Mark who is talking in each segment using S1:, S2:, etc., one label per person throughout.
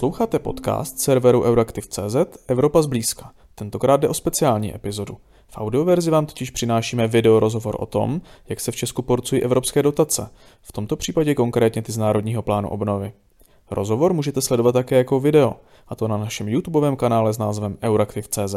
S1: Posloucháte podcast serveru Euraktiv.cz Evropa zblízka. Tentokrát jde o speciální epizodu. V audioverzi vám totiž přinášíme video rozhovor o tom, jak se v Česku porcují evropské dotace, v tomto případě konkrétně ty z Národního plánu obnovy. Rozhovor můžete sledovat také jako video, a to na našem YouTubeovém kanále s názvem Euraktiv.cz.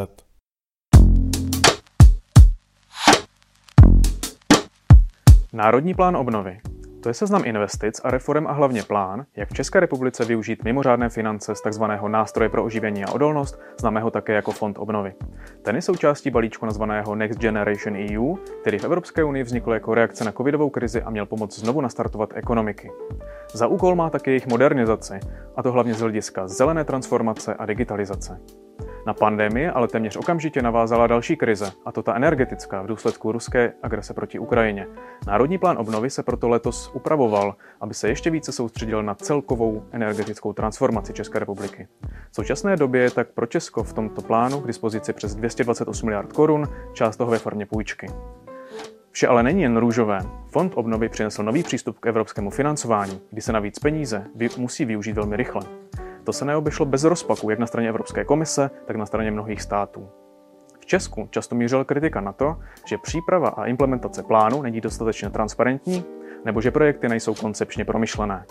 S1: Národní plán obnovy. To je seznam investic a reforem a hlavně plán, jak v České republice využít mimořádné finance z tzv. Nástroje pro oživení a odolnost, známého také jako Fond obnovy. Ten je součástí balíčku nazvaného Next Generation EU, který v Evropské unii vznikl jako reakce na covidovou krizi a měl pomoct znovu nastartovat ekonomiky. Za úkol má také jejich modernizaci, a to hlavně z hlediska zelené transformace a digitalizace. Na pandemii ale téměř okamžitě navázala další krize, a to ta energetická v důsledku ruské agrese proti Ukrajině. Národní plán obnovy se proto letos upravoval, aby se ještě více soustředil na celkovou energetickou transformaci České republiky. V současné době je tak pro Česko v tomto plánu k dispozici přes 228 miliard korun, část toho ve formě půjčky. Vše ale není jen růžové. Fond obnovy přinesl nový přístup k evropskému financování, kdy se navíc peníze musí využít velmi rychle. To se neobešlo bez rozpaku jak na straně Evropské komise, tak na straně mnohých států. V Česku často mířila kritika na to, že příprava a implementace plánu není dostatečně transparentní, nebo že projekty nejsou koncepčně promyšlené.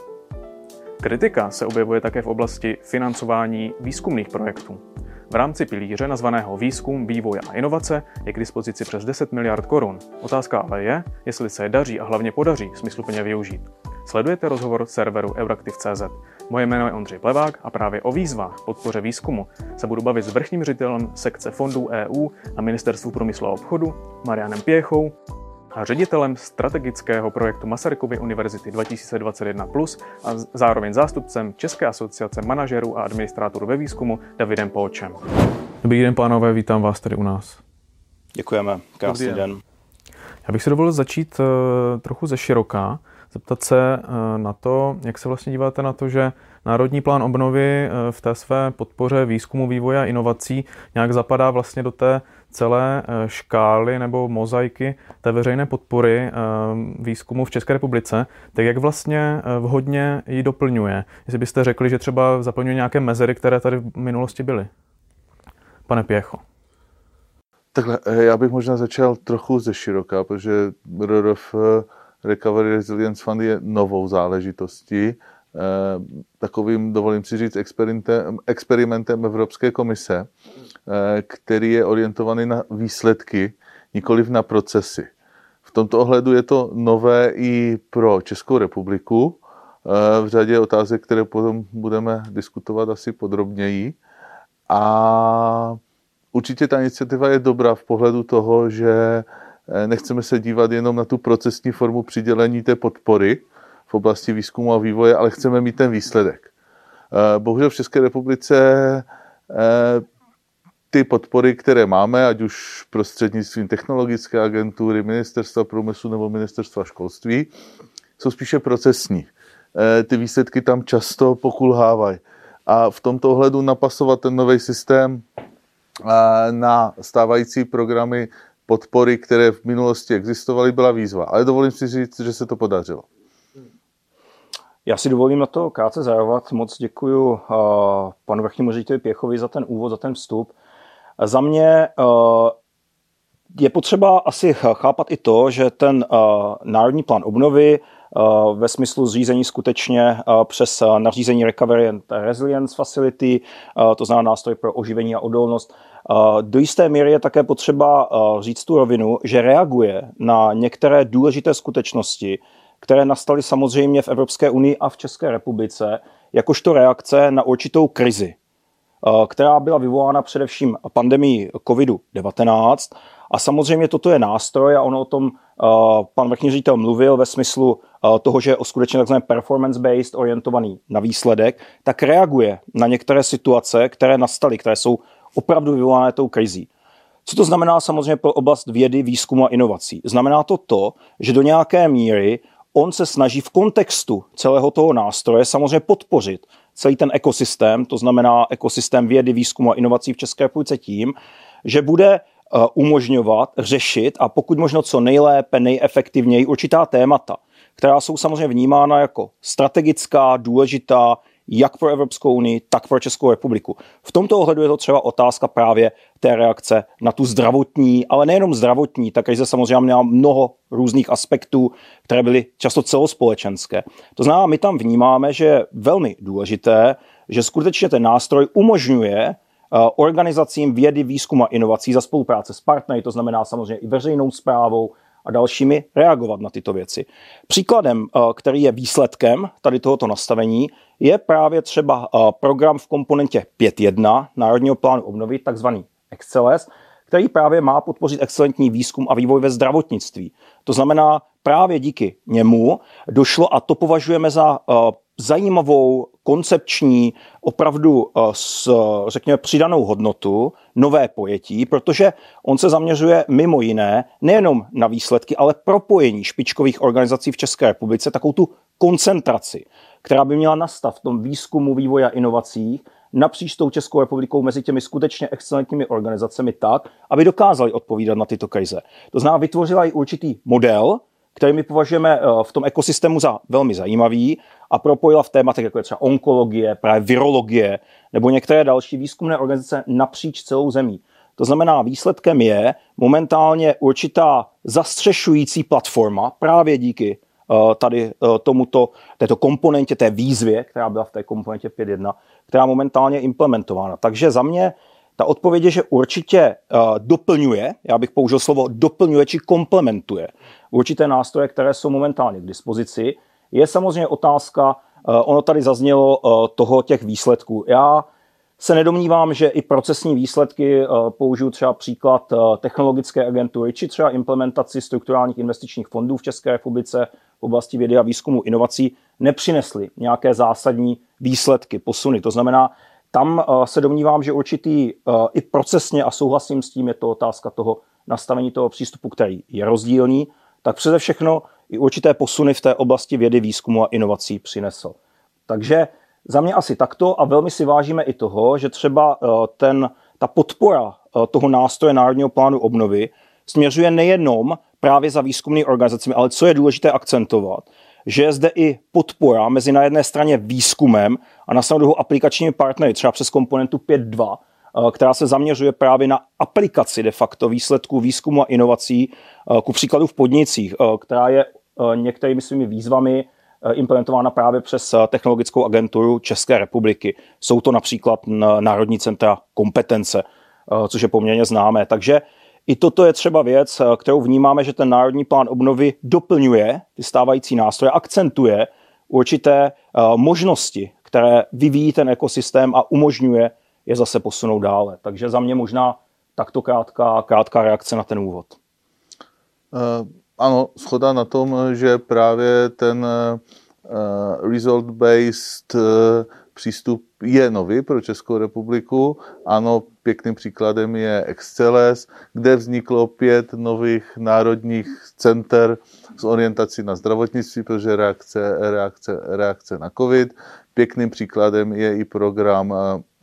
S1: Kritika se objevuje také v oblasti financování výzkumných projektů. V rámci pilíře nazvaného Výzkum, vývoj a inovace je k dispozici přes 10 miliard korun. Otázka ale je, jestli se je daří a hlavně podaří smysluplně využít. Sledujete rozhovor serveru Euraktiv.cz. Moje jméno je Ondřej Plevák a právě o výzvách podpoře výzkumu se budu bavit s vrchním ředitelem sekce fondů EU na Ministerstvu průmyslu a obchodu Marianem Pěchou a ředitelem strategického projektu Masarykovy univerzity 2021+, a zároveň zástupcem České asociace manažerů a administrátorů ve výzkumu Davidem Póčem. Dobrý den, pánové, vítám vás tady u nás.
S2: Děkujeme, krásný den.
S1: Já bych si dovolil začít trochu ze široka, zeptat se na to, jak se vlastně díváte na to, že Národní plán obnovy v té své podpoře výzkumu, vývoje a inovací nějak zapadá vlastně do té celé škály nebo mozaiky té veřejné podpory výzkumu v České republice, tak jak vlastně vhodně ji doplňuje? Jestli byste řekli, že třeba zaplňuje nějaké mezery, které tady v minulosti byly. Pane Pěcho.
S3: Takhle, já bych možná začal trochu ze široka, protože RRF Recovery Resilience Fund je novou záležitostí, takovým, dovolím si říct, experimentem Evropské komise, který je orientovaný na výsledky, nikoliv na procesy. V tomto ohledu je to nové i pro Českou republiku, v řadě otázek, které potom budeme diskutovat asi podrobněji. A určitě ta iniciativa je dobrá v pohledu toho, že nechceme se dívat jenom na tu procesní formu přidělení té podpory v oblasti výzkumu a vývoje, ale chceme mít ten výsledek. Bohužel v České republice ty podpory, které máme, ať už prostřednictvím technologické agentury, ministerstva průmyslu nebo ministerstva školství, jsou spíše procesní. Ty výsledky tam často pokulhávají. A v tomto ohledu napasovat ten nový systém na stávající programy podpory, které v minulosti existovaly, byla výzva. Ale dovolím si říct, že se to podařilo.
S2: Já si dovolím na to krátce zareagovat. Moc děkuji panu vrchnímu řediteli Pěchovi za ten úvod, za ten vstup. Za mě je potřeba asi chápat i to, že ten Národní plán obnovy ve smyslu zřízení skutečně přes nařízení Recovery and Resilience Facility, to znamená nástroj pro oživení a odolnost, do jisté míry je také potřeba říct tu rovinu, že reaguje na některé důležité skutečnosti, které nastaly samozřejmě v Evropské unii a v České republice, jakožto reakce na určitou krizi, která byla vyvolána především pandemií COVID-19. A samozřejmě toto je nástroj, a ono o tom pan vrchní ředitel mluvil ve smyslu toho, že je skutečně takzvaný performance-based, orientovaný na výsledek, tak reaguje na některé situace, které nastaly, které jsou opravdu vyvolané tou krizí. Co to znamená samozřejmě pro oblast vědy, výzkumu a inovací? Znamená to, že do nějaké míry on se snaží v kontextu celého toho nástroje samozřejmě podpořit celý ten ekosystém, to znamená ekosystém vědy, výzkumu a inovací v České republice tím, že bude umožňovat, řešit a pokud možno co nejlépe, nejefektivněji určitá témata, která jsou samozřejmě vnímána jako strategická, důležitá, jak pro Evropskou unii, tak pro Českou republiku. V tomto ohledu je to třeba otázka právě té reakce na tu zdravotní, ale nejenom zdravotní, ta krize samozřejmě měla mnoho různých aspektů, které byly často celospolečenské. To znamená, my tam vnímáme, že je velmi důležité, že skutečně ten nástroj umožňuje organizacím vědy, výzkumu a inovací za spolupráce s partnery, to znamená samozřejmě i veřejnou správou a dalšími, reagovat na tyto věci. Příkladem, který je výsledkem tady tohoto nastavení, je právě třeba program v komponentě 5.1 Národního plánu obnovy, takzvaný Exceles, který právě má podpořit excelentní výzkum a vývoj ve zdravotnictví. To znamená, právě díky němu došlo, a to považujeme za zajímavou, koncepční, opravdu řekněme přidanou hodnotu, nové pojetí, protože on se zaměřuje mimo jiné nejenom na výsledky, ale propojení špičkových organizací v České republice, takovou tu koncentraci, která by měla nastat v tom výzkumu, vývoji a inovacích napříč tou Českou republikou mezi těmi skutečně excelentními organizacemi tak, aby dokázali odpovídat na tyto krize. To znamená, vytvořila i určitý model, který my považujeme v tom ekosystému za velmi zajímavý a propojila v tématech, jako je třeba onkologie, právě virologie nebo některé další výzkumné organizace napříč celou zemí. To znamená, výsledkem je momentálně určitá zastřešující platforma právě díky tady této komponentě, té výzvě, která byla v té komponentě 5.1, která momentálně je implementována. Takže za mě ta odpověď je, že určitě doplňuje, já bych použil slovo doplňuje či komplementuje určité nástroje, které jsou momentálně k dispozici. Je samozřejmě otázka, ono tady zaznělo těch výsledků. Já se nedomnívám, že i procesní výsledky, použiju třeba příklad technologické agentury, či třeba implementaci strukturálních investičních fondů v České republice v oblasti vědy a výzkumu inovací, nepřinesly nějaké zásadní výsledky, posuny. To znamená, tam se domnívám, že určitý i procesně, a souhlasím s tím, je to otázka toho nastavení toho přístupu, který je rozdílný, tak přede všechno i určité posuny v té oblasti vědy, výzkumu a inovací přinesl. Takže za mě asi takto a velmi si vážíme i toho, že třeba ta podpora toho nástroje Národního plánu obnovy směřuje nejenom právě za výzkumnými organizacemi, ale co je důležité akcentovat, že je zde i podpora mezi na jedné straně výzkumem a na straně druhou aplikačními partnery, třeba přes komponentu 5.2, která se zaměřuje právě na aplikaci de facto výsledků výzkumu a inovací, ku příkladu v podnicích, která je některými svými výzvami implementována právě přes Technologickou agenturu České republiky. Jsou to například Národní centra kompetence, což je poměrně známé. Takže i toto je třeba věc, kterou vnímáme, že ten Národní plán obnovy doplňuje ty stávající nástroje, akcentuje určité možnosti, které vyvíjí ten ekosystém a umožňuje je zase posunout dále. Takže za mě možná takto krátká reakce na ten úvod.
S3: Ano, shoda na tom, že právě ten result-based přístup je nový pro Českou republiku. Ano, pěkným příkladem je Exceles, kde vzniklo 5 nových národních center s orientací na zdravotnictví, protože reakce na COVID. Pěkným příkladem je i program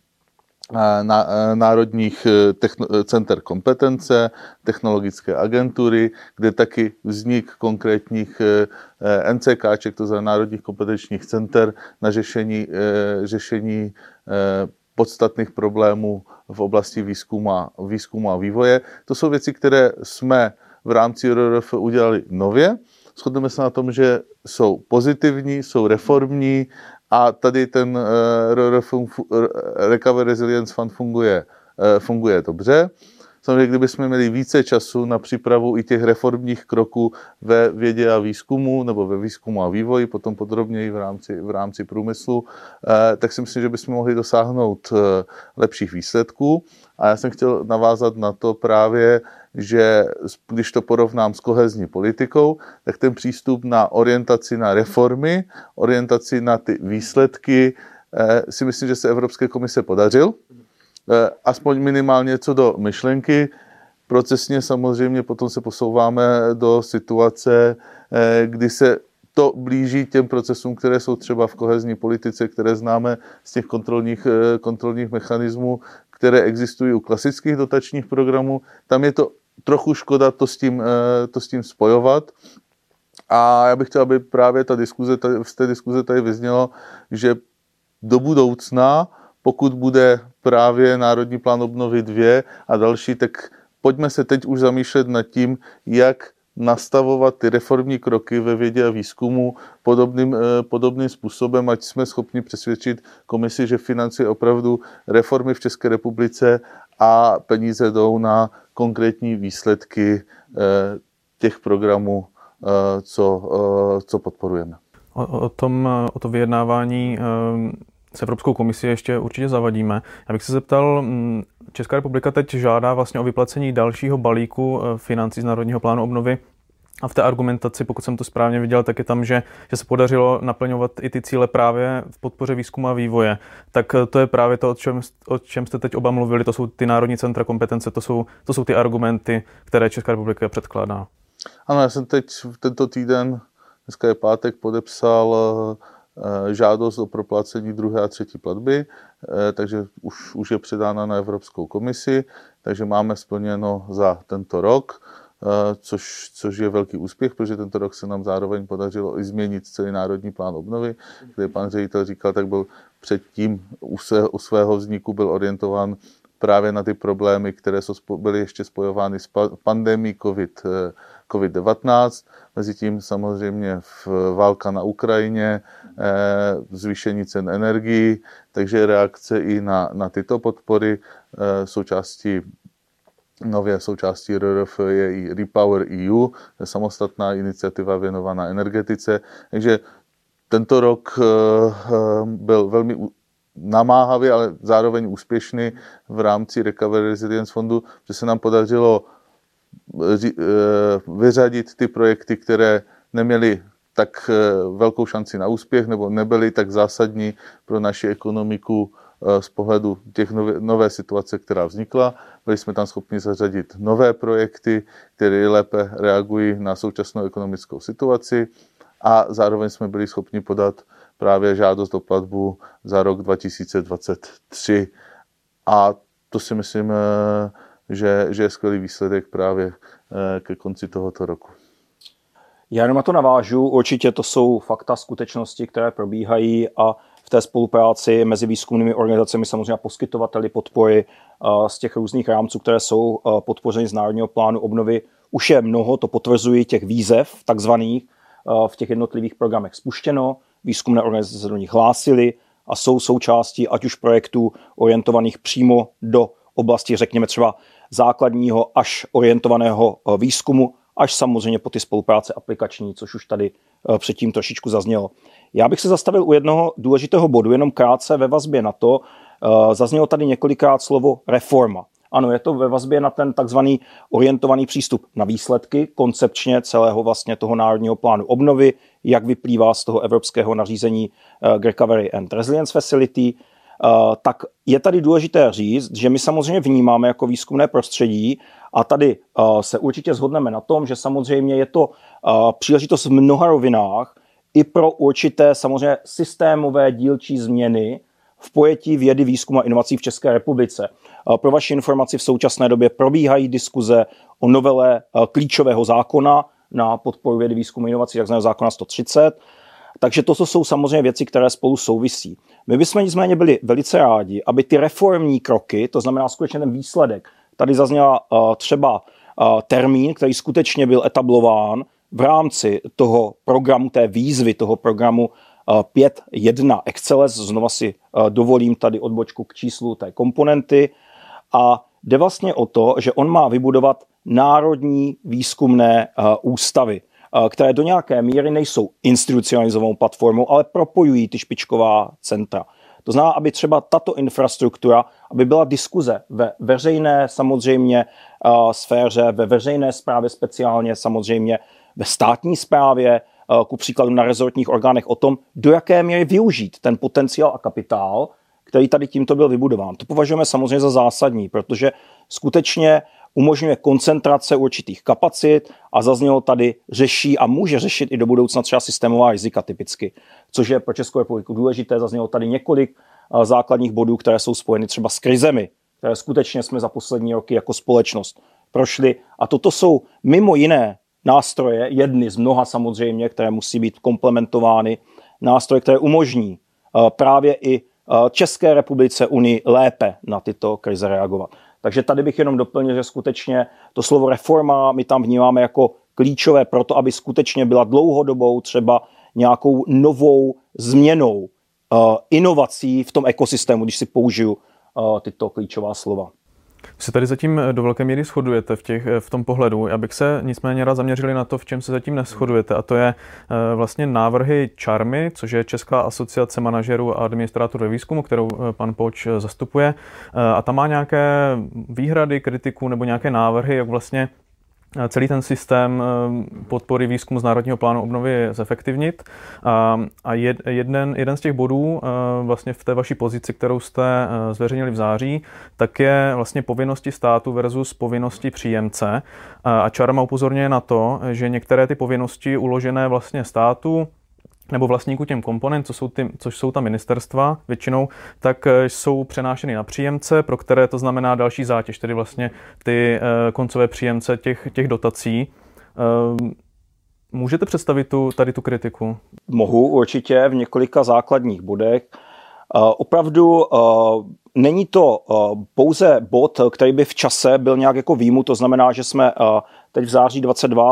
S3: národních center kompetence, technologické agentury, kde taky vznik konkrétních NCKček, to znamená národních kompetenčních center na řešení podstatných problémů v oblasti výzkumu a vývoje. To jsou věci, které jsme v rámci RRF udělali nově. Shodneme se na tom, že jsou pozitivní, jsou reformní, a tady ten Recovery Resilience Fund funguje dobře. Samozřejmě, kdybychom měli více času na přípravu i těch reformních kroků ve vědě a výzkumu nebo ve výzkumu a vývoji, potom podrobněji v rámci průmyslu, tak si myslím, že bychom mohli dosáhnout lepších výsledků. A já jsem chtěl navázat na to právě, že když to porovnám s kohezní politikou, tak ten přístup na orientaci na reformy, orientaci na ty výsledky si myslím, že se Evropské komise podařil. Aspoň minimálně co do myšlenky. Procesně samozřejmě potom se posouváme do situace, kdy se to blíží těm procesům, které jsou třeba v kohezní politice, které známe z těch kontrolních mechanismů, které existují u klasických dotačních programů. Tam je to trochu škoda to s tím spojovat. A já bych chtěl, aby právě z té diskuze tady vyznělo, že do budoucna, pokud bude právě Národní plán obnovy 2 a další, tak pojďme se teď už zamýšlet nad tím, jak nastavovat ty reformní kroky ve vědě a výzkumu podobným způsobem, ať jsme schopni přesvědčit komisi, že financuje opravdu reformy v České republice a peníze jdou na konkrétní výsledky těch programů, co podporujeme.
S1: O to vyjednávání s Evropskou komisí ještě určitě zavadíme. Já bych se zeptal, Česká republika teď žádá vlastně o vyplacení dalšího balíku financí z Národního plánu obnovy. A v té argumentaci, pokud jsem to správně viděl, tak je tam, že se podařilo naplňovat i ty cíle právě v podpoře výzkumu a vývoje. Tak to je právě to, o čem jste teď oba mluvili, to jsou ty národní centra kompetence, to jsou ty argumenty, které Česká republika předkládá. Ano,
S3: já jsem teď tento týden, dneska je pátek, podepsal žádost o proplacení 2. a 3. platby, takže už je předána na Evropskou komisi, takže máme splněno za tento rok, což je velký úspěch, protože tento rok se nám zároveň podařilo i změnit celý Národní plán obnovy, kde pan ředitel říkal, tak byl předtím u svého vzniku byl orientován právě na ty problémy, které byly ještě spojovány s pandemií COVID-19, mezitím samozřejmě válka na Ukrajině, zvýšení cen energií, takže reakce i na tyto podpory nové součástí RRF je i Repower EU, samostatná iniciativa věnovaná energetice. Takže tento rok byl velmi namáhavý, ale zároveň úspěšný v rámci Recovery Resilience fondu, že se nám podařilo vyřadit ty projekty, které neměly tak velkou šanci na úspěch nebo nebyly tak zásadní pro naši ekonomiku z pohledu těch nové situace, která vznikla. Byli jsme tam schopni zařadit nové projekty, které lépe reagují na současnou ekonomickou situaci a zároveň jsme byli schopni podat právě žádost o platbu za rok 2023. A to si myslím, že je skvělý výsledek právě ke konci tohoto roku.
S2: Já jenom na to navážu. Určitě to jsou fakta, skutečnosti, které probíhají a v té spolupráci mezi výzkumnými organizacemi, samozřejmě poskytovateli podpory z těch různých rámců, které jsou podpořeny z Národního plánu obnovy, už je mnoho, to potvrzují těch výzev takzvaných v těch jednotlivých programech spuštěno. Výzkumné organizace se do nich hlásily a jsou součástí ať už projektů orientovaných přímo do oblasti, řekněme třeba základního až orientovaného výzkumu, až samozřejmě po ty spolupráce aplikační, což už tady předtím trošičku zaznělo. Já bych se zastavil u jednoho důležitého bodu, jenom krátce ve vazbě na to. Zaznělo tady několikrát slovo reforma. Ano, je to ve vazbě na ten takzvaný orientovaný přístup na výsledky, koncepčně celého vlastně toho Národního plánu obnovy, jak vyplývá z toho evropského nařízení Recovery and Resilience Facility. Tak je tady důležité říct, že my samozřejmě vnímáme jako výzkumné prostředí a tady se určitě shodneme na tom, že samozřejmě je to příležitost v mnoha rovinách i pro určité samozřejmě systémové dílčí změny v pojetí vědy, výzkumu a inovací v České republice. Pro vaši informaci v současné době probíhají diskuze o novele klíčového zákona na podporu vědy, výzkumu a inovací, takzvaného zákona 130. Takže to jsou samozřejmě věci, které spolu souvisí. My bychom nicméně byli velice rádi, aby ty reformní kroky, to znamená skutečně ten výsledek, tady zazněla třeba termín, který skutečně byl etablován v rámci toho programu, té výzvy, toho programu 5.1 Excellence, znova si dovolím tady odbočku k číslu té komponenty a jde vlastně o to, že on má vybudovat národní výzkumné ústavy, které do nějaké míry nejsou institucionalizovanou platformou, ale propojují ty špičková centra. To znamená, aby třeba tato infrastruktura, aby byla diskuze ve veřejné samozřejmě sféře, ve veřejné správě speciálně samozřejmě, ve státní správě, ku příkladu na rezortních orgánech o tom, do jaké míry využít ten potenciál a kapitál, který tady tímto byl vybudován. To považujeme samozřejmě za zásadní, protože skutečně umožňuje koncentrace určitých kapacit a zaznělo tady řeší a může řešit i do budoucna třeba systémová rizika typicky, což je pro Českou republiku důležité. Zaznělo tady několik základních bodů, které jsou spojeny třeba s krizemi, které skutečně jsme za poslední roky jako společnost prošli. A toto jsou mimo jiné nástroje, jedny z mnoha samozřejmě, které musí být komplementovány, nástroje, které umožní právě i České republice, Unii lépe na tyto krize reagovat. Takže tady bych jenom doplnil, že skutečně to slovo reforma my tam vnímáme jako klíčové pro to, aby skutečně byla dlouhodobou třeba nějakou novou změnou, inovací v tom ekosystému, když si použiju tyto klíčová slova.
S1: Vy se tady zatím do velké míry shodujete v tom pohledu. Já bych se nicméně rád zaměřili na to, v čem se zatím neshodujete, a to je vlastně návrhy ČARMy, což je Česká asociace manažerů a administrátorů výzkumu, kterou pan Poč zastupuje. A tam má nějaké výhrady, kritiku nebo nějaké návrhy, jak vlastně celý ten systém podpory výzkumu z Národního plánu obnovy zefektivnit. A jeden z těch bodů vlastně v té vaší pozici, kterou jste zveřejnili v září, tak je vlastně povinnosti státu versus povinnosti příjemce. A ČARMA upozorňuje na to, že některé ty povinnosti uložené vlastně státu nebo vlastníků těm komponent, což jsou ta ministerstva většinou, tak jsou přenášeny na příjemce, pro které to znamená další zátěž, tedy vlastně ty koncové příjemce těch dotací. Můžete představit tady tu kritiku?
S2: Mohu určitě v několika základních bodech. Opravdu není to pouze bod, který by v čase byl nějak jako výjimut, to znamená, že jsme teď v září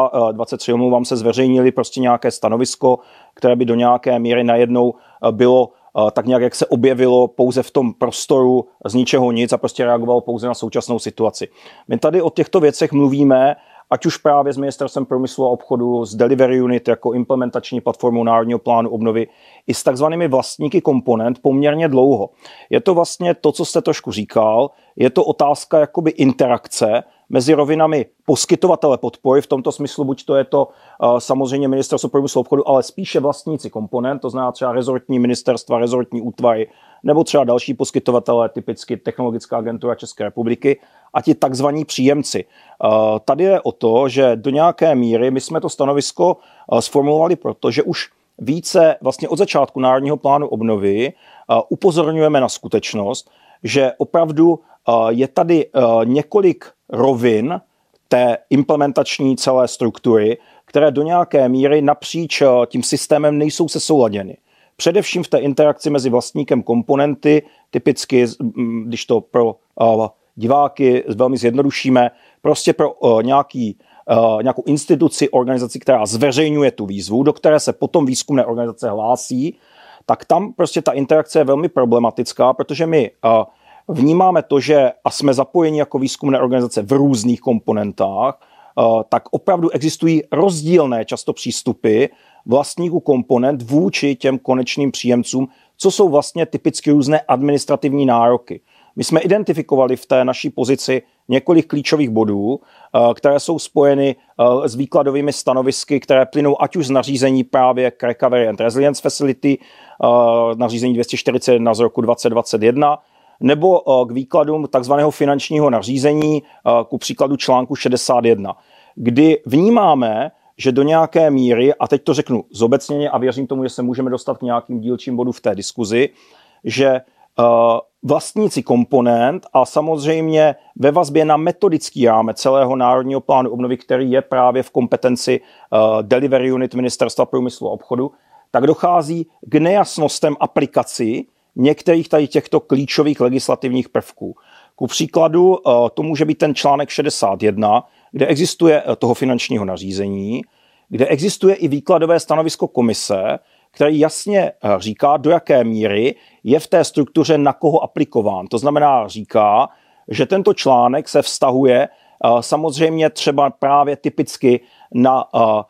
S2: 23 zveřejnili prostě nějaké stanovisko, které by do nějaké míry najednou bylo tak nějak, jak se objevilo pouze v tom prostoru z ničeho nic a prostě reagovalo pouze na současnou situaci. My tady o těchto věcech mluvíme, ať už právě s Ministerstvem průmyslu a obchodu, s Delivery Unit jako implementační platformou Národního plánu obnovy i s takzvanými vlastníky komponent poměrně dlouho. Je to vlastně to, co jste trošku říkal, je to otázka jakoby interakce mezi rovinami poskytovatele podpory, v tomto smyslu buď to je to samozřejmě Ministerstvo průmyslu a obchodu, ale spíše vlastníci komponent, to znamená třeba rezortní ministerstva, rezortní útvary, nebo třeba další poskytovatele, typicky Technologická agentura České republiky a ti takzvaní příjemci. Tady je o to, že do nějaké míry my jsme to stanovisko sformulovali, protože už více vlastně od začátku Národního plánu obnovy upozorňujeme na skutečnost, že opravdu je tady několik rovin té implementační celé struktury, které do nějaké míry napříč tím systémem nejsou sesouladěny. Především v té interakci mezi vlastníkem komponenty, typicky, když to pro diváky velmi zjednodušíme, prostě pro nějakou instituci, organizaci, která zveřejňuje tu výzvu, do které se potom výzkumné organizace hlásí, tak tam prostě ta interakce je velmi problematická, protože my vnímáme to, že a jsme zapojeni jako výzkumné organizace v různých komponentách, tak opravdu existují rozdílné často přístupy vlastníků komponent vůči těm konečným příjemcům, co jsou vlastně typicky různé administrativní nároky. My jsme identifikovali v té naší pozici několik klíčových bodů, které jsou spojeny s výkladovými stanovisky, které plynou ať už z nařízení právě k Recovery and Resilience Facility, nařízení 241 z roku 2021, nebo k výkladům takzvaného finančního nařízení, ku příkladu článku 61, kdy vnímáme, že do nějaké míry, a teď to řeknu zobecněně a věřím tomu, že se můžeme dostat k nějakým dílčím bodům v té diskuzi, že vlastníci komponent a samozřejmě ve vazbě na metodický rámec celého Národního plánu obnovy, který je právě v kompetenci Delivery Unit Ministerstva průmyslu a obchodu, tak dochází k nejasnostem aplikací některých tady těchto klíčových legislativních prvků. Ku příkladu to může být ten článek 61, kde existuje toho finančního nařízení, kde existuje i výkladové stanovisko komise, který jasně říká, do jaké míry je v té struktuře na koho aplikován. To znamená, říká, že tento článek se vztahuje samozřejmě třeba právě typicky na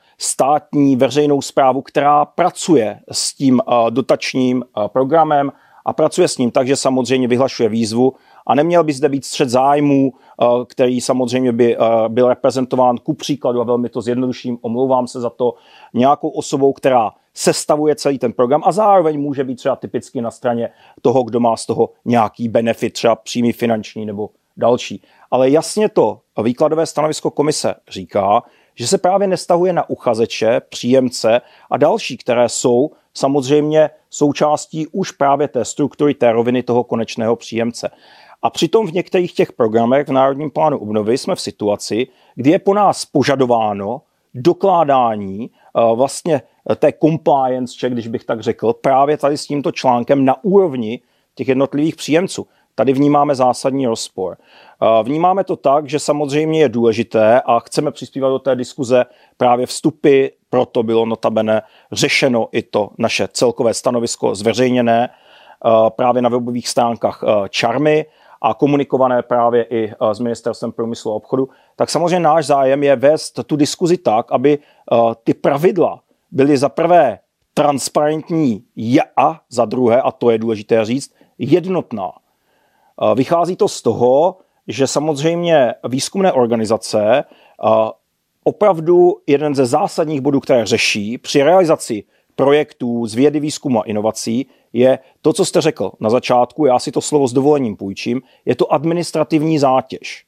S2: státní veřejnou správu, která pracuje s tím dotačním programem a pracuje s ním tak, že samozřejmě vyhlašuje výzvu a neměl by zde být střet zájmů, který samozřejmě by byl reprezentován ku příkladu, a velmi to zjednoduším, omlouvám se za to, nějakou osobou, která sestavuje celý ten program a zároveň může být třeba typicky na straně toho, kdo má z toho nějaký benefit, třeba přímý finanční nebo další. Ale jasně to výkladové stanovisko komise říká, že se právě nestahuje na uchazeče, příjemce a další, které jsou samozřejmě součástí už právě té struktury, té roviny toho konečného příjemce. A přitom v některých těch programech v Národním plánu obnovy jsme v situaci, kdy je po nás požadováno dokládání vlastně té compliance check, když bych tak řekl, právě tady s tímto článkem na úrovni těch jednotlivých příjemců. Tady vnímáme zásadní rozpor. Vnímáme to tak, že samozřejmě je důležité a chceme přispívat do té diskuze právě vstupy, proto bylo notabene řešeno i to naše celkové stanovisko zveřejněné právě na webových stránkách Čarmy a komunikované právě i s Ministerstvem průmyslu a obchodu, tak samozřejmě náš zájem je vést tu diskuzi tak, aby ty pravidla byly za prvé transparentní a za druhé, a to je důležité říct, jednotná. Vychází to z toho, že samozřejmě výzkumné organizace opravdu jeden ze zásadních bodů, které řeší při realizaci projektů z vědy, výzkumu a inovací, je to, co jste řekl na začátku, já si to slovo s dovolením půjčím, je to administrativní zátěž.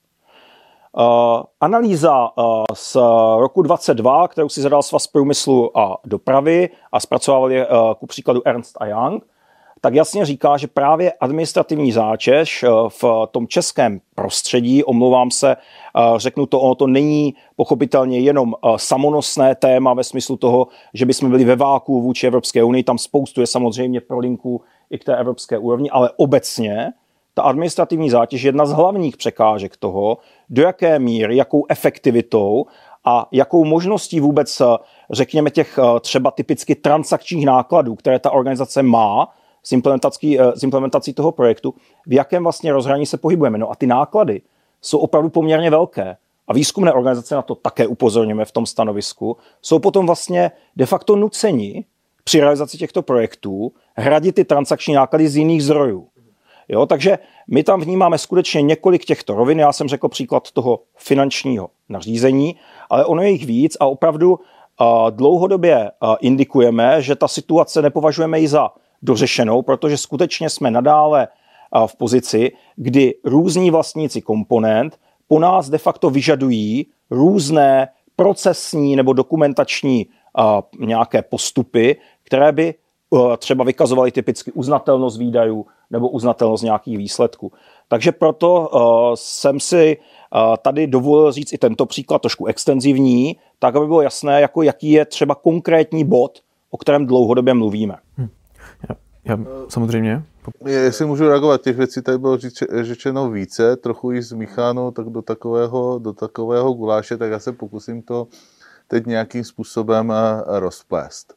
S2: Analýza z roku 2022, kterou si zadal Svaz průmyslu a dopravy a zpracovali ku příkladu Ernst & Young, tak jasně říká, že právě administrativní zátěž v tom českém prostředí, omlouvám se, řeknu to, ono to není pochopitelně jenom samonosné téma ve smyslu toho, že bychom byli ve váku vůči Evropské unii, tam spoustu je samozřejmě prolinků i k té evropské úrovni, ale obecně ta administrativní zátěž je jedna z hlavních překážek toho, do jaké míry, jakou efektivitou a jakou možností vůbec, řekněme, těch třeba typicky transakčních nákladů, které ta organizace má, s implementací toho projektu, v jakém vlastně rozhraní se pohybujeme. No a ty náklady jsou opravdu poměrně velké. A výzkumné organizace, na to také upozorňujeme v tom stanovisku, jsou potom vlastně de facto nuceni při realizaci těchto projektů hradit ty transakční náklady z jiných zdrojů. Jo, takže my tam vnímáme skutečně několik těchto rovin. Já jsem řekl příklad toho finančního nařízení, ale ono je jich víc a opravdu dlouhodobě indikujeme, že ta situace nepovažujeme i za dořešenou, protože skutečně jsme nadále v pozici, kdy různí vlastníci komponent po nás de facto vyžadují různé procesní nebo dokumentační nějaké postupy, které by třeba vykazovaly typicky uznatelnost výdajů nebo uznatelnost nějakých výsledků. Takže proto jsem si tady dovolil říct i tento příklad trošku extenzivní, tak aby bylo jasné, jako jaký je třeba konkrétní bod, o kterém dlouhodobě mluvíme.
S1: Já samozřejmě.
S3: Jestli můžu reagovat, těch věcí tady bylo řečeno více, trochu jí zmícháno tak do takového guláše, tak já se pokusím to teď nějakým způsobem rozplést.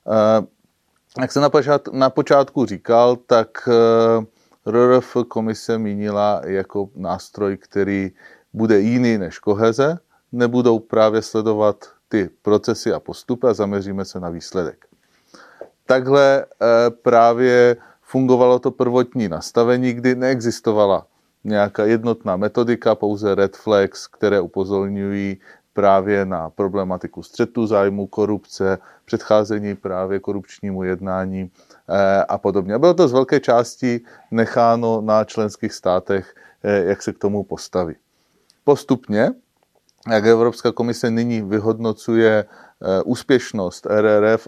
S3: Jak jsem na počátku říkal, tak RRF komise mínila jako nástroj, který bude jiný než koheze, nebudou právě sledovat ty procesy a postupy a zaměříme se na výsledek. Takhle právě fungovalo to prvotní nastavení, kdy neexistovala nějaká jednotná metodika, pouze red flags, které upozorňují právě na problematiku střetu zájmu, korupce, předcházení právě korupčnímu jednání a podobně. Bylo to z velké části necháno na členských státech, jak se k tomu postaví. Postupně, jak Evropská komise nyní vyhodnocuje úspěšnost RRF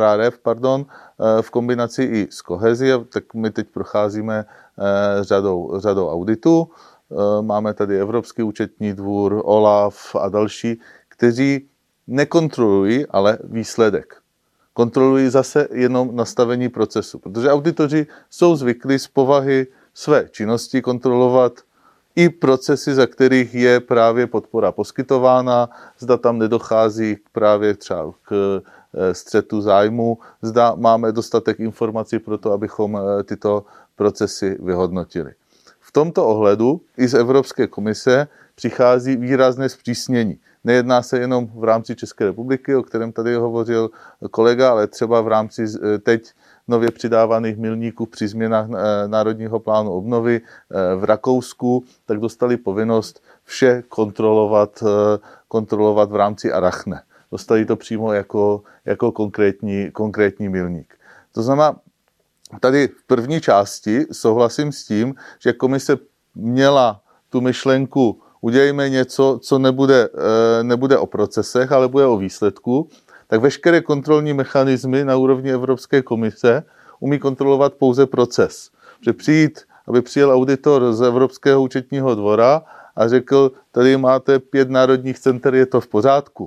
S3: v kombinaci i s kohezí, tak my teď procházíme řadou auditů. Máme tady Evropský účetní dvůr, OLAF a další, kteří nekontrolují ale výsledek. Kontrolují zase jenom nastavení procesu, protože auditoři jsou zvyklí z povahy své činnosti kontrolovat i procesy, za kterých je právě podpora poskytována, zda tam nedochází právě třeba k střetu zájmu, zda máme dostatek informací pro to, abychom tyto procesy vyhodnotili. V tomto ohledu i z Evropské komise přichází výrazné zpřísnění. Nejedná se jenom v rámci České republiky, o kterém tady hovořil kolega, ale třeba v rámci teď nově přidávaných milníků při změnách Národního plánu obnovy v Rakousku, tak dostali povinnost vše kontrolovat v rámci Arachne. Dostali to přímo jako konkrétní milník. To znamená, tady v první části souhlasím s tím, že komise měla tu myšlenku, udělejme něco, co nebude o procesech, ale bude o výsledku, tak veškeré kontrolní mechanismy na úrovni Evropské komise umí kontrolovat pouze proces. Že aby přijel auditor z Evropského účetního dvora a řekl, tady máte 5 národních center, je to v pořádku.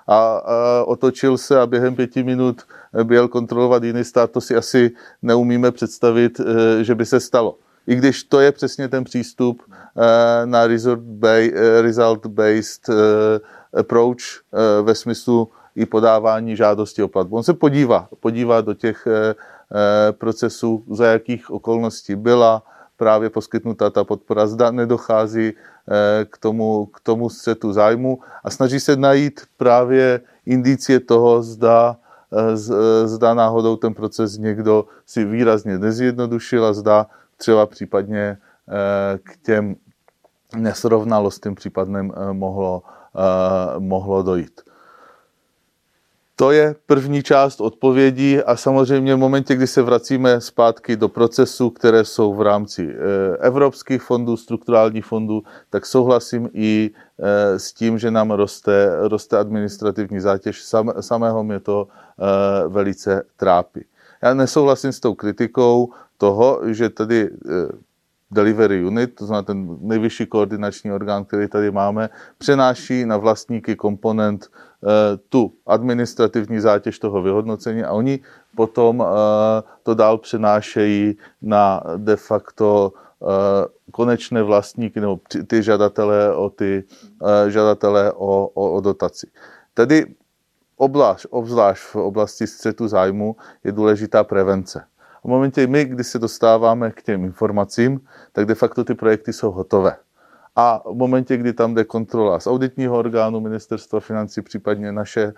S3: a otočil se a během 5 minut byl kontrolovat jiný stát, to si asi neumíme představit, že by se stalo. I když to je přesně ten přístup na result-based approach ve smyslu i podávání žádosti o platbu. On se podívá do těch procesů, za jakých okolností byla právě poskytnuta ta podpora, zda nedochází k tomu střetu zájmu a snaží se najít právě indicie toho, zda náhodou ten proces někdo si výrazně nezjednodušil a zda třeba případně k těm nesrovnalostem případným mohlo dojít. To je první část odpovědí a samozřejmě v momentě, kdy se vracíme zpátky do procesů, které jsou v rámci evropských fondů, strukturálních fondů, tak souhlasím i s tím, že nám roste administrativní zátěž. Samého mě to velice trápí. Já nesouhlasím s tou kritikou toho, že tady delivery unit, to znamená ten nejvyšší koordinační orgán, který tady máme, přenáší na vlastníky komponent tu administrativní zátěž toho vyhodnocení a oni potom to dál přenášejí na de facto konečné vlastníky nebo ty žadatele o dotaci. Tady obzvlášť v oblasti střetu zájmu je důležitá prevence. V momentě kdy se dostáváme k těm informacím, tak de facto ty projekty jsou hotové. A v momentě, kdy tam jde kontrola z auditního orgánu Ministerstva financí, případně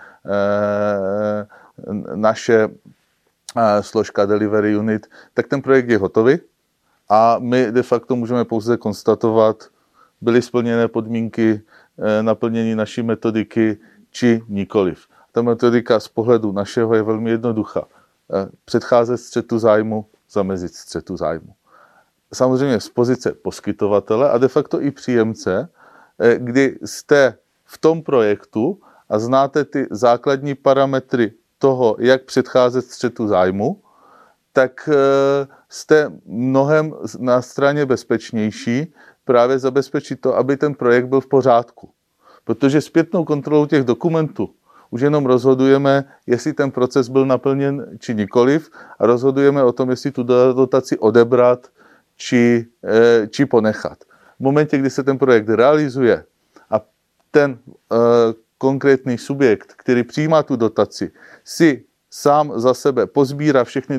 S3: naše složka Delivery Unit, tak ten projekt je hotový a my de facto můžeme pouze konstatovat, byly splněné podmínky naplnění naší metodiky či nikoliv. Ta metodika z pohledu našeho je velmi jednoduchá. Předcházet střetu zájmu, zamezit střetu zájmu. Samozřejmě z pozice poskytovatele a de facto i příjemce, kdy jste v tom projektu a znáte ty základní parametry toho, jak předcházet střetu zájmu, tak jste mnohem na straně bezpečnější právě zabezpečit to, aby ten projekt byl v pořádku. Protože zpětnou kontrolou těch dokumentů už jenom rozhodujeme, jestli ten proces byl naplněn či nikoliv a rozhodujeme o tom, jestli tu dotaci odebrat či ponechat. V momentě, kdy se ten projekt realizuje a ten konkrétní subjekt, který přijímá tu dotaci, si sám za sebe pozbírá všechny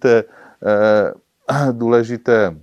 S3: důležité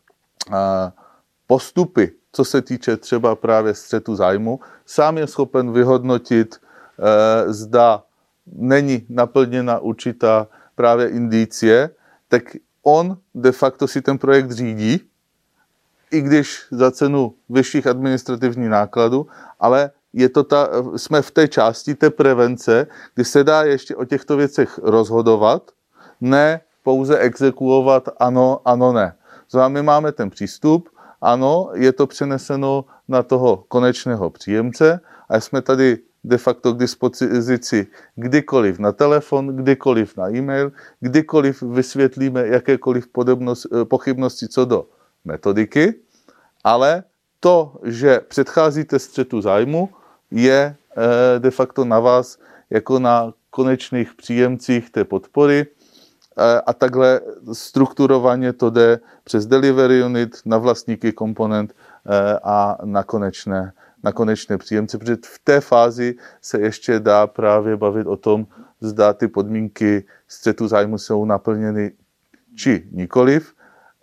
S3: postupy, co se týče třeba právě střetu zájmu, sám je schopen vyhodnotit, zda není naplněna určitá právě indicie, tak on de facto si ten projekt řídí, i když za cenu vyšších administrativních nákladů, ale jsme v té části té prevence, kdy se dá ještě o těchto věcech rozhodovat, ne pouze exekuovat ano, ne. Znamená, my máme ten přístup, ano, je to přeneseno na toho konečného příjemce a jsme tady de facto k dispozici kdykoliv na telefon, kdykoliv na e-mail, kdykoliv vysvětlíme jakékoliv pochybnosti co do metodiky, ale to, že předcházíte střetu zájmu, je de facto na vás jako na konečných příjemcích té podpory a takhle strukturovaně to jde přes Delivery Unit na vlastníky komponent a na konečné příjemce, protože v té fázi se ještě dá právě bavit o tom, zda ty podmínky střetu zájmu jsou naplněny či nikoliv.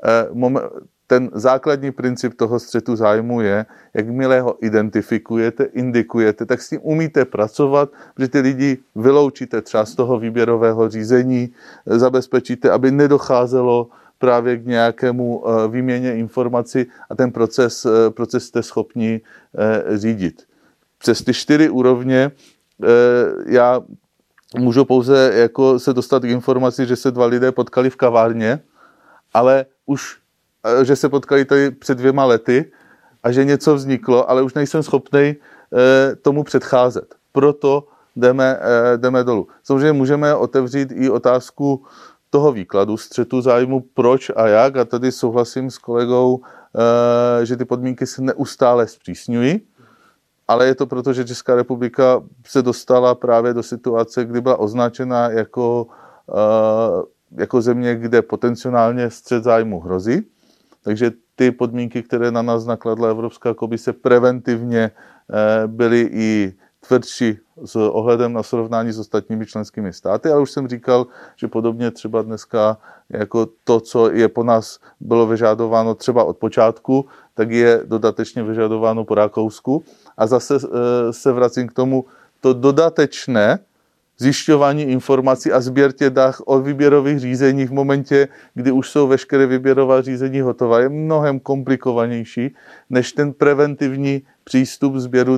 S3: Ten základní princip toho střetu zájmu je, jakmile ho identifikujete, indikujete, tak s tím umíte pracovat, protože ty lidi vyloučíte třeba z toho výběrového řízení, zabezpečíte, aby nedocházelo právě k nějakému výměně informací a ten proces jste schopni řídit. Přes ty 4 úrovně já můžu pouze jako se dostat k informaci, že se 2 lidé potkali v kavárně, ale už že se potkali tady před 2 lety a že něco vzniklo, ale už nejsem schopný tomu předcházet. Proto jdeme dolů. Samozřejmě můžeme otevřít i otázku toho výkladu střetu zájmu, proč a jak, a tady souhlasím s kolegou, že ty podmínky se neustále zpřísňují ale je to proto, že Česká republika se dostala právě do situace, kdy byla označena jako země, kde potenciálně střet zájmu hrozí. Takže ty podmínky, které na nás nakladla Evropská komise, preventivně byly i tvrdší s ohledem na srovnání s ostatními členskými státy, ale už jsem říkal, že podobně třeba dneska jako to, co je po nás bylo vyžadováno třeba od počátku, tak je dodatečně vyžadováno po Rakousku. A zase se vracím k tomu, to dodatečné zjišťování informací a sběr těch dat o výběrových řízeních v momentě, kdy už jsou veškeré výběrová řízení hotová, je mnohem komplikovanější než ten preventivní přístup sběru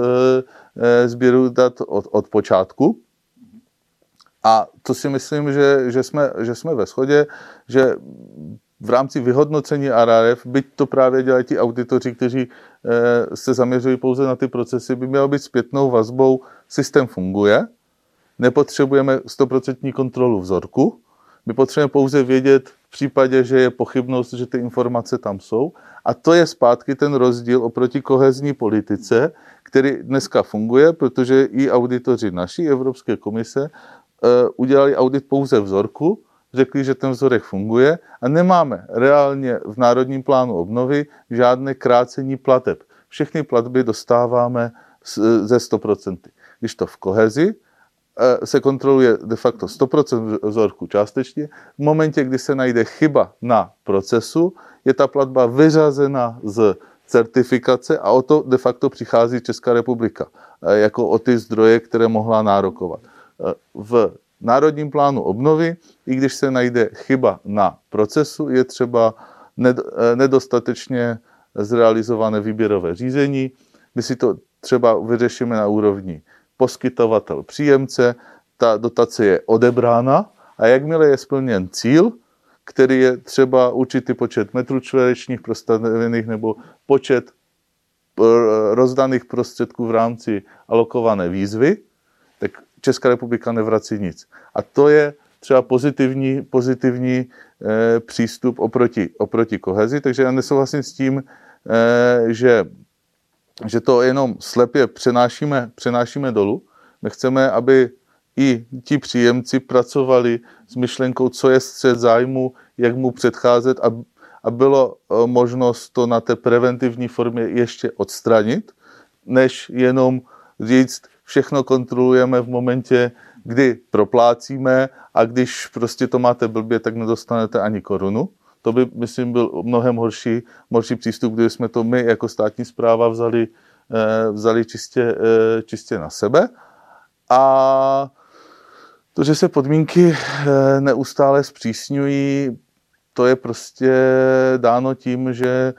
S3: dat od počátku. A to si myslím, že jsme ve shodě, že v rámci vyhodnocení RRF, byť to právě dělají ti auditoři, kteří se zaměřují pouze na ty procesy, by mělo být zpětnou vazbou, systém funguje, nepotřebujeme 100% kontrolu vzorku, my potřebujeme pouze vědět v případě, že je pochybnost, že ty informace tam jsou. A to je zpátky ten rozdíl oproti kohezní politice, který dneska funguje, protože i auditoři naší Evropské komise udělali audit pouze vzorku, řekli, že ten vzorek funguje a nemáme reálně v Národním plánu obnovy žádné krácení plateb. Všechny platby dostáváme ze 100%. Když to v kohezi se kontroluje de facto 100% vzorku částečně, v momentě, kdy se najde chyba na procesu, je ta platba vyřazena z certifikace a o to de facto přichází Česká republika, jako o ty zdroje, které mohla nárokovat. V Národním plánu obnovy, i když se najde chyba na procesu, je třeba nedostatečně zrealizované výběrové řízení. My si to třeba vyřešíme na úrovni poskytovatel příjemce, ta dotace je odebrána a jakmile je splněn cíl, který je třeba určitý počet metrů čtverečních prostavených nebo počet rozdaných prostředků v rámci alokované výzvy, tak Česká republika nevrací nic. A to je třeba pozitivní přístup oproti kohezi, takže já nesouhlasím s tím, že to jenom slepě přenášíme dolů. My chceme, aby i ti příjemci pracovali s myšlenkou, co je střet zájmu, jak mu předcházet a bylo možnost to na té preventivní formě ještě odstranit, než jenom říct, všechno kontrolujeme v momentě, kdy proplácíme a když prostě to máte blbě, tak nedostanete ani korunu. To by, myslím, byl mnohem horší přístup, kdyby jsme to my jako státní správa vzali čistě na sebe. A to, že se podmínky neustále zpřísňují, to je prostě dáno tím, že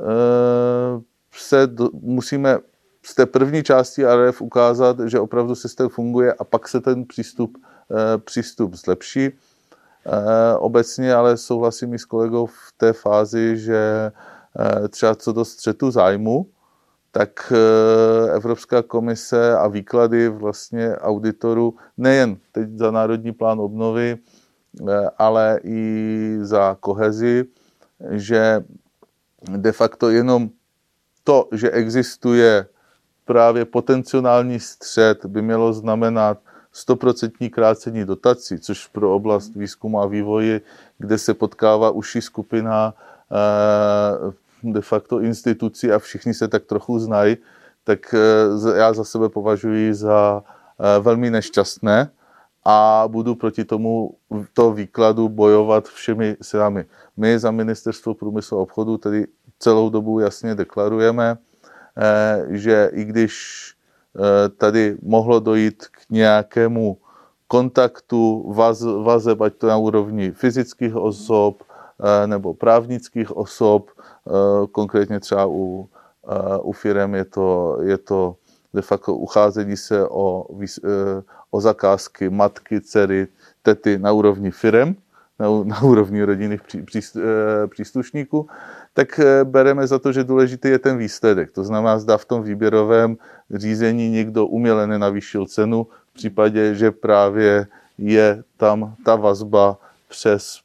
S3: musíme z té první části RRF ukázat, že opravdu systém funguje a pak se ten přístup zlepší. Obecně ale souhlasím i s kolegou v té fázi, že třeba co do střetu zájmu, tak Evropská komise a výklady vlastně auditorů nejen teď za Národní plán obnovy, ale i za kohezi, že de facto jenom to, že existuje právě potenciální střet, by mělo znamenat 100% krácení dotací, což pro oblast výzkumu a vývoje, kde se potkává užší skupina de facto institucí a všichni se tak trochu znají, tak já za sebe považuji za velmi nešťastné a budu proti to výkladu bojovat všemi silami. My za Ministerstvo průmyslu a obchodu tedy celou dobu jasně deklarujeme, že i když tady mohlo dojít k nějakému kontaktu, vazeb, ať to na úrovni fyzických osob nebo právnických osob, konkrétně třeba u firem je to de facto ucházení se o zakázky matky, dcery, tety na úrovni firem, na úrovni rodinných příslušníků, tak bereme za to, že důležitý je ten výsledek. To znamená, zda v tom výběrovém řízení někdo uměle nenavýšil cenu, v případě, že právě je tam ta vazba přes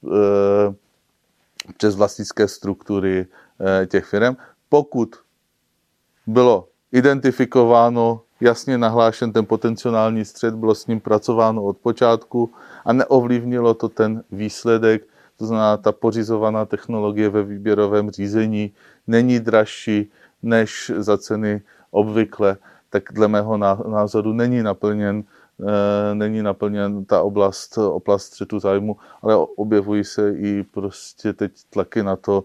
S3: vlastnické struktury těch firm. Pokud bylo identifikováno, jasně nahlášen ten potenciální střet, bylo s ním pracováno od počátku a neovlivnilo to ten výsledek. To znamená, ta pořizovaná technologie ve výběrovém řízení není dražší než za ceny obvykle, tak dle mého názoru není naplněn ta oblast střetu zájmu, ale objevují se i prostě teď tlaky na to,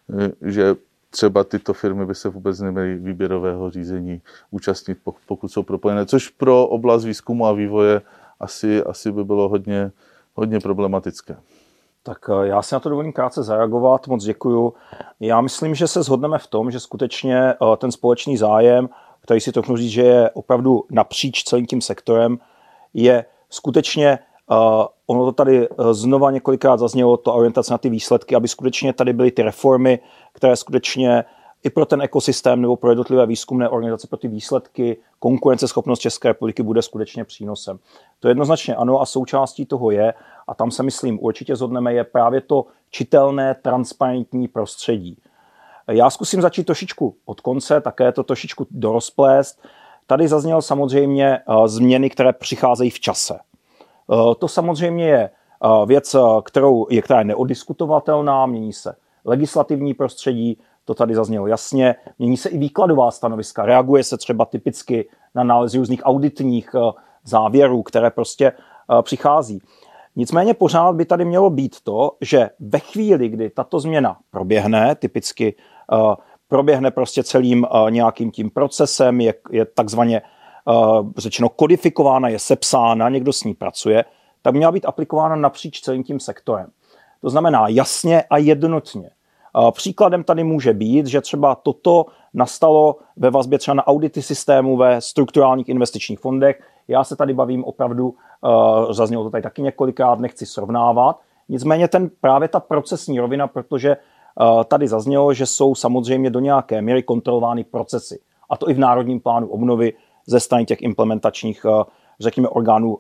S3: že třeba tyto firmy by se vůbec neměly výběrového řízení účastnit, pokud jsou propojené, což pro oblast výzkumu a vývoje asi by bylo hodně problematické.
S2: Tak já si na to dovolím krátce zareagovat, moc děkuju. Já myslím, že se shodneme v tom, že skutečně ten společný zájem, který si trochu říct, že je opravdu napříč celým tím sektorem, je skutečně, ono to tady znova několikrát zaznělo, to orientace na ty výsledky, aby skutečně tady byly ty reformy, které skutečně i pro ten ekosystém nebo pro jednotlivé výzkumné organizace, pro ty výsledky, konkurenceschopnost České republiky bude skutečně přínosem. To jednoznačně ano a součástí toho je, a tam se myslím určitě shodneme, je právě to čitelné, transparentní prostředí. Já zkusím začít trošičku od konce, také to trošičku dorozplést. Tady zazněl samozřejmě změny, které přicházejí v čase. To samozřejmě je věc, která je neodiskutovatelná, mění se legislativní prostředí, to tady zaznělo jasně, mění se i výkladová stanoviska, reaguje se třeba typicky na nálezy různých auditních závěrů, které prostě přichází. Nicméně pořád by tady mělo být to, že ve chvíli, kdy tato změna proběhne, typicky proběhne prostě celým nějakým tím procesem, je takzvaně řečeno kodifikována, je sepsána, někdo s ní pracuje, tak měla být aplikována napříč celým tím sektorem. To znamená jasně a jednotně. Příkladem tady může být, že třeba toto nastalo ve vazbě třeba na audity systému ve strukturálních investičních fondech. Já se tady bavím opravdu, zaznělo to tady taky několikrát, nechci srovnávat. Nicméně právě ta procesní rovina, protože tady zaznělo, že jsou samozřejmě do nějaké míry kontrolovány procesy. A to i v Národním plánu obnovy ze strany těch implementačních, řekněme, orgánů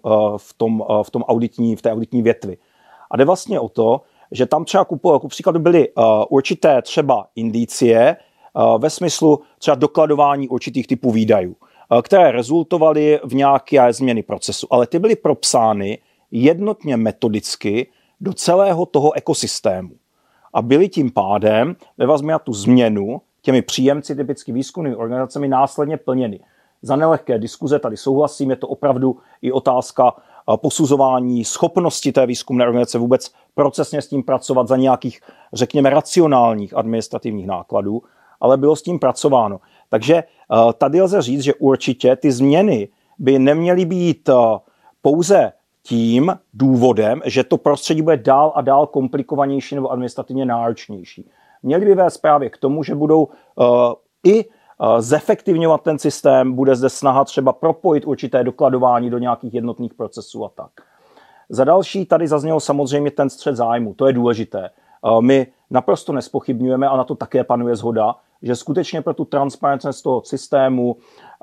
S2: v té auditní větvi. A jde vlastně o to, že tam třeba ku příkladu byly určité třeba indicie ve smyslu třeba dokladování určitých typů výdajů, které rezultovaly v nějaké změny procesu, ale ty byly propsány jednotně metodicky do celého toho ekosystému. A byly tím pádem ve vazbě na tu změnu těmi příjemci, typicky výzkumnými organizacemi, následně plněny. Za nelehké diskuze tady souhlasím, je to opravdu i otázka posuzování schopnosti té výzkumné organizace vůbec procesně s tím pracovat za nějakých, řekněme, racionálních administrativních nákladů, ale bylo s tím pracováno. Takže tady lze říct, že určitě ty změny by neměly být pouze tím důvodem, že to prostředí bude dál a dál komplikovanější nebo administrativně náročnější. Měly by vést právě k tomu, že budou i zefektivňovat ten systém, bude zde snaha třeba propojit určité dokladování do nějakých jednotných procesů a tak. Za další tady zaznělo samozřejmě ten střet zájmu, to je důležité. My naprosto nespochybňujeme, a na to také panuje shoda, že skutečně pro tu transparentnost toho systému,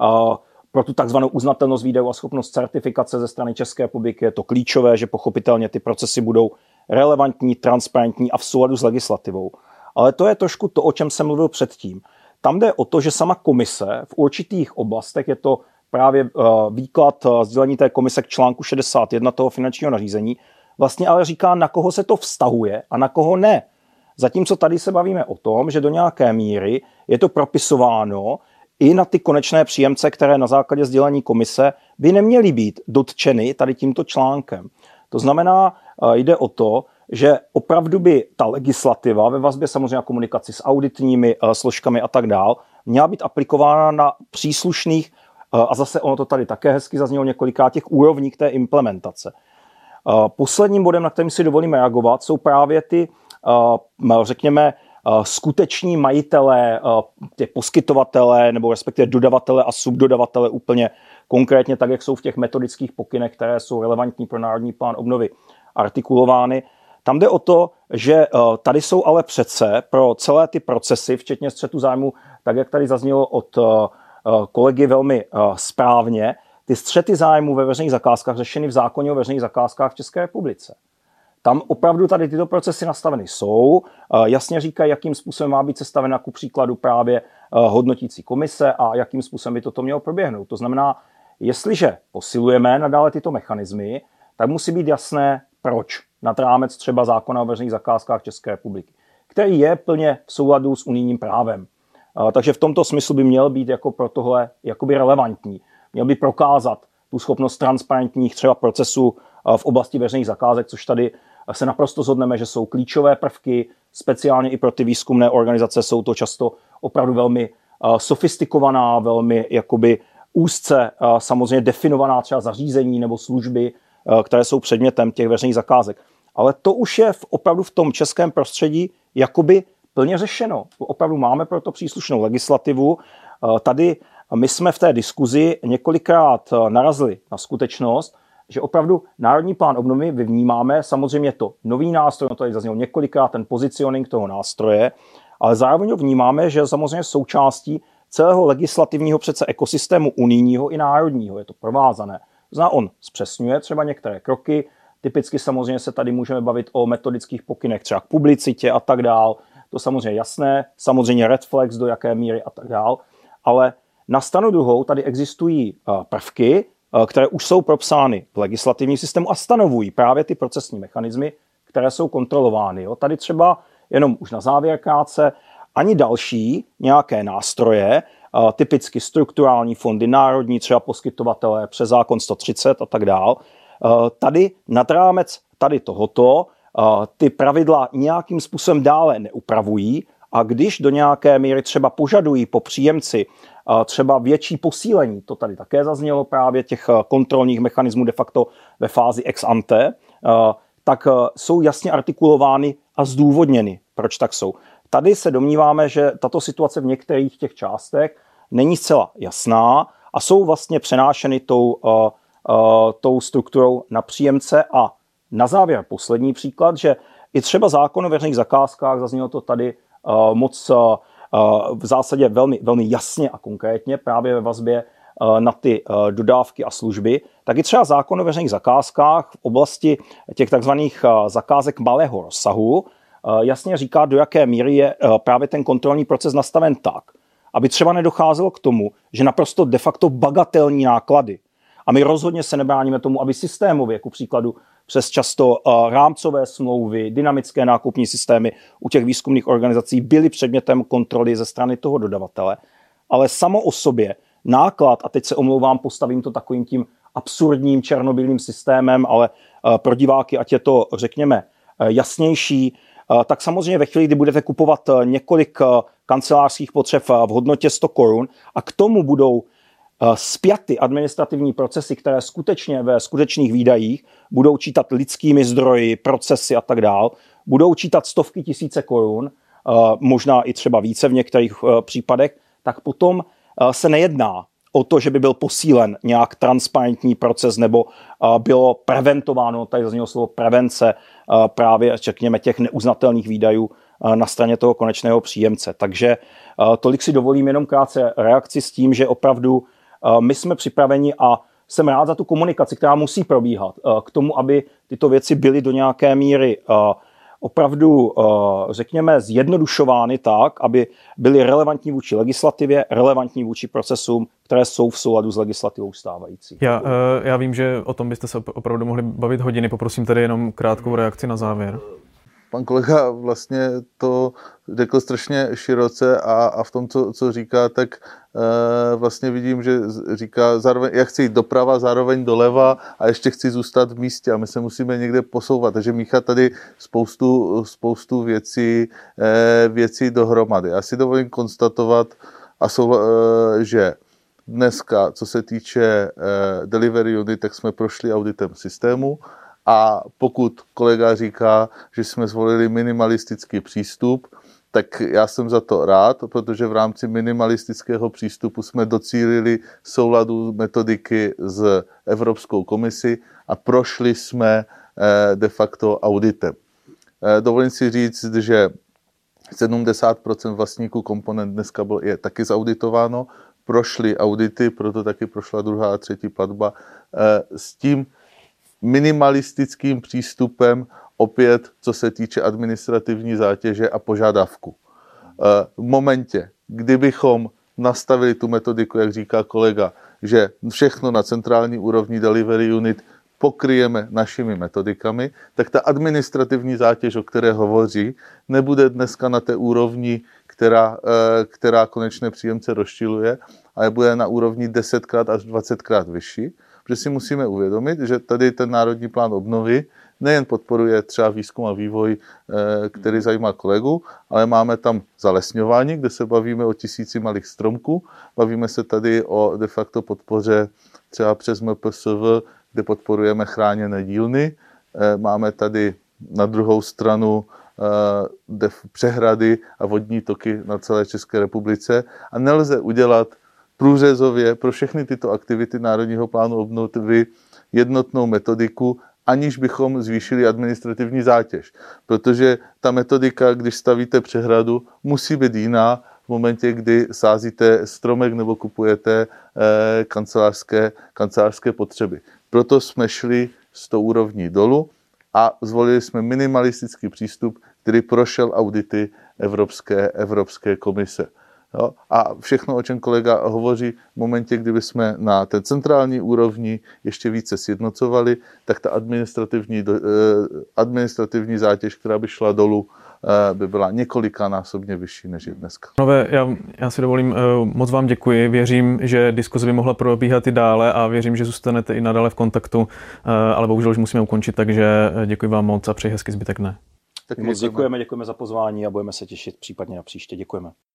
S2: pro tu takzvanou uznatelnost výdajů a schopnost certifikace ze strany České republiky je to klíčové, že pochopitelně ty procesy budou relevantní, transparentní a v souladu s legislativou. Ale to je trošku to, o čem jsem mluvil předtím. Tam jde o to, že sama komise v určitých oblastech, je to právě výklad sdělení té komise k článku 61 toho finančního nařízení, vlastně ale říká, na koho se to vztahuje a na koho ne. Zatímco tady se bavíme o tom, že do nějaké míry je to propisováno i na ty konečné příjemce, které na základě sdělení komise by neměly být dotčeny tady tímto článkem. To znamená, jde o to, že opravdu by ta legislativa ve vazbě samozřejmě na komunikaci s auditními složkami a tak dál měla být aplikována na příslušných, a zase ono to tady také hezky zaznělo několikrát, těch úrovních té implementace. Posledním bodem, na kterým si dovolím reagovat, jsou právě ty, řekněme, skuteční majitelé, ty poskytovatelé nebo respektive dodavatele a subdodavatele úplně konkrétně tak, jak jsou v těch metodických pokynech, které jsou relevantní pro Národní plán obnovy artikulovány. Tam jde o to, že tady jsou ale přece pro celé ty procesy, včetně střetu zájmu, tak jak tady zaznělo od kolegy velmi správně, ty střety zájmu ve veřejných zakázkách řešeny v zákoně o veřejných zakázkách v České republice. Tam opravdu tady tyto procesy nastaveny jsou, jasně říkají, jakým způsobem má být sestavena ku příkladu právě hodnotící komise a jakým způsobem by toto mělo proběhnout. To znamená, jestliže posilujeme nadále tyto mechanismy, tak musí být jasné, proč nad rámec třeba zákona o veřejných zakázkách České republiky, který je plně v souladu s unijním právem. Takže v tomto smyslu by měl být jako pro tohle jakoby relevantní. Měl by prokázat tu schopnost transparentních třeba procesů v oblasti veřejných zakázek, což tady se naprosto shodneme, že jsou klíčové prvky, speciálně i pro ty výzkumné organizace jsou to často opravdu velmi sofistikovaná, velmi jakoby úzce samozřejmě definovaná třeba zařízení nebo služby, které jsou předmětem těch veřejných zakázek. Ale to už je opravdu v tom českém prostředí jakoby plně řešeno. Opravdu máme pro to příslušnou legislativu. Tady my jsme v té diskuzi několikrát narazili na skutečnost, že opravdu Národní plán obnovy vnímáme samozřejmě to nový nástroj, to tady zaznělo několikrát, ten pozicioning toho nástroje, ale zároveň vnímáme, že samozřejmě součástí celého legislativního přece ekosystému unijního i národního, je to provázané. To znamená, on zpřesňuje třeba některé kroky, typicky samozřejmě se tady můžeme bavit o metodických pokynech třeba k publicitě a tak dál, to samozřejmě jasné, samozřejmě red flags do jaké míry a tak dál, ale na stranu druhou tady existují prvky, které už jsou propsány v legislativním systému a stanovují právě ty procesní mechanismy, které jsou kontrolovány. Jo. Tady třeba jenom už na závěr krátce, ani další nějaké nástroje, typicky strukturální fondy, národní třeba poskytovatelé přes zákon 130 a tak dál, tady nad rámec tady tohoto ty pravidla nějakým způsobem dále neupravují a když do nějaké míry třeba požadují po příjemci třeba větší posílení, to tady také zaznělo právě těch kontrolních mechanismů de facto ve fázi ex ante, tak jsou jasně artikulovány a zdůvodněny, proč tak jsou. Tady se domníváme, že tato situace v některých těch částech není zcela jasná a jsou vlastně přenášeny tou strukturou na příjemce. A na závěr poslední příklad, že i třeba zákon o veřejných zakázkách, zaznělo to tady moc v zásadě velmi, velmi jasně a konkrétně právě ve vazbě na ty dodávky a služby, tak i třeba zákon o veřejných zakázkách v oblasti těch takzvaných zakázek malého rozsahu jasně říká, do jaké míry je právě ten kontrolní proces nastaven tak, aby třeba nedocházelo k tomu, že naprosto de facto bagatelní náklady, a my rozhodně se nebráníme tomu, aby systémově, jako příkladu přes často rámcové smlouvy, dynamické nákupní systémy u těch výzkumných organizací byly předmětem kontroly ze strany toho dodavatele, ale samo o sobě náklad, a teď se omlouvám, postavím to takovým tím absurdním černobílým systémem, ale pro diváky, ať je to, řekněme, jasnější, tak samozřejmě ve chvíli, kdy budete kupovat několik kancelářských potřeb v hodnotě 100 korun a k tomu budou spjaty administrativní procesy, které skutečně ve skutečných výdajích budou čítat lidskými zdroji, procesy a tak dál, budou čítat stovky tisíce korun, možná i třeba více v některých případech, tak potom se nejedná o to, že by byl posílen nějak transparentní proces nebo bylo preventováno, tady zaznělo slovo prevence, právě řekněme těch neuznatelných výdajů na straně toho konečného příjemce. Takže tolik si dovolím jenom krátce reakci s tím, že opravdu my jsme připraveni a jsem rád za tu komunikaci, která musí probíhat k tomu, aby tyto věci byly do nějaké míry opravdu, řekněme, zjednodušovány tak, aby byly relevantní vůči legislativě, relevantní vůči procesům, které jsou v souladu s legislativou stávající.
S1: Já vím, že o tom byste se opravdu mohli bavit hodiny, poprosím tady jenom krátkou reakci na závěr.
S3: Pan kolega vlastně to řekl strašně široce a v tom, co říká, tak vlastně vidím, že říká zároveň, já chci jít doprava, zároveň doleva a ještě chci zůstat v místě a my se musíme někde posouvat. Takže míchá tady spoustu věcí dohromady. Já si dovolím konstatovat, že dneska, co se týče delivery unit, tak jsme prošli auditem systému. A pokud kolega říká, že jsme zvolili minimalistický přístup, tak já jsem za to rád, protože v rámci minimalistického přístupu jsme docílili souladu metodiky s Evropskou komisi a prošli jsme de facto auditem. Dovolím si říct, že 70% vlastníků komponent dneska je taky zauditováno, prošli audity, proto taky prošla druhá a třetí platba s tím minimalistickým přístupem, opět, co se týče administrativní zátěže a požadavku. V momentě, kdybychom nastavili tu metodiku, jak říká kolega, že všechno na centrální úrovni delivery unit pokryjeme našimi metodikami, tak ta administrativní zátěž, o které hovoří, nebude dneska na té úrovni, která konečné příjemce rozčiluje, ale bude na úrovni 10x až 20x vyšší, protože si musíme uvědomit, že tady ten Národní plán obnovy nejen podporuje třeba výzkum a vývoj, který zajímá kolegu, ale máme tam zalesňování, kde se bavíme o 1000 malých stromků, bavíme se tady o de facto podpoře třeba přes MPSV, kde podporujeme chráněné dílny. Máme tady na druhou stranu přehrady a vodní toky na celé České republice a nelze udělat průřezově pro všechny tyto aktivity Národního plánu obnovy jednotnou metodiku, aniž bychom zvýšili administrativní zátěž. Protože ta metodika, když stavíte přehradu, musí být jiná v momentě, kdy sázíte stromek nebo kupujete kancelářské potřeby. Proto jsme šli z tou úrovní dolů a zvolili jsme minimalistický přístup, který prošel audity Evropské komise. Jo? A všechno, o čem kolega hovoří, v momentě, kdyby jsme na té centrální úrovni ještě více sjednocovali, tak ta administrativní zátěž, která by šla dolů, by byla několikanásobně vyšší, než je dneska.
S1: Já si dovolím, moc vám děkuji. Věřím, že diskuze by mohla probíhat i dále a věřím, že zůstanete i nadále v kontaktu, ale bohužel už musíme ukončit, takže děkuji vám moc a přeji hezký zbytek dne.
S2: Moc děkujeme za pozvání a budeme se těšit případně na příště. Děkujeme.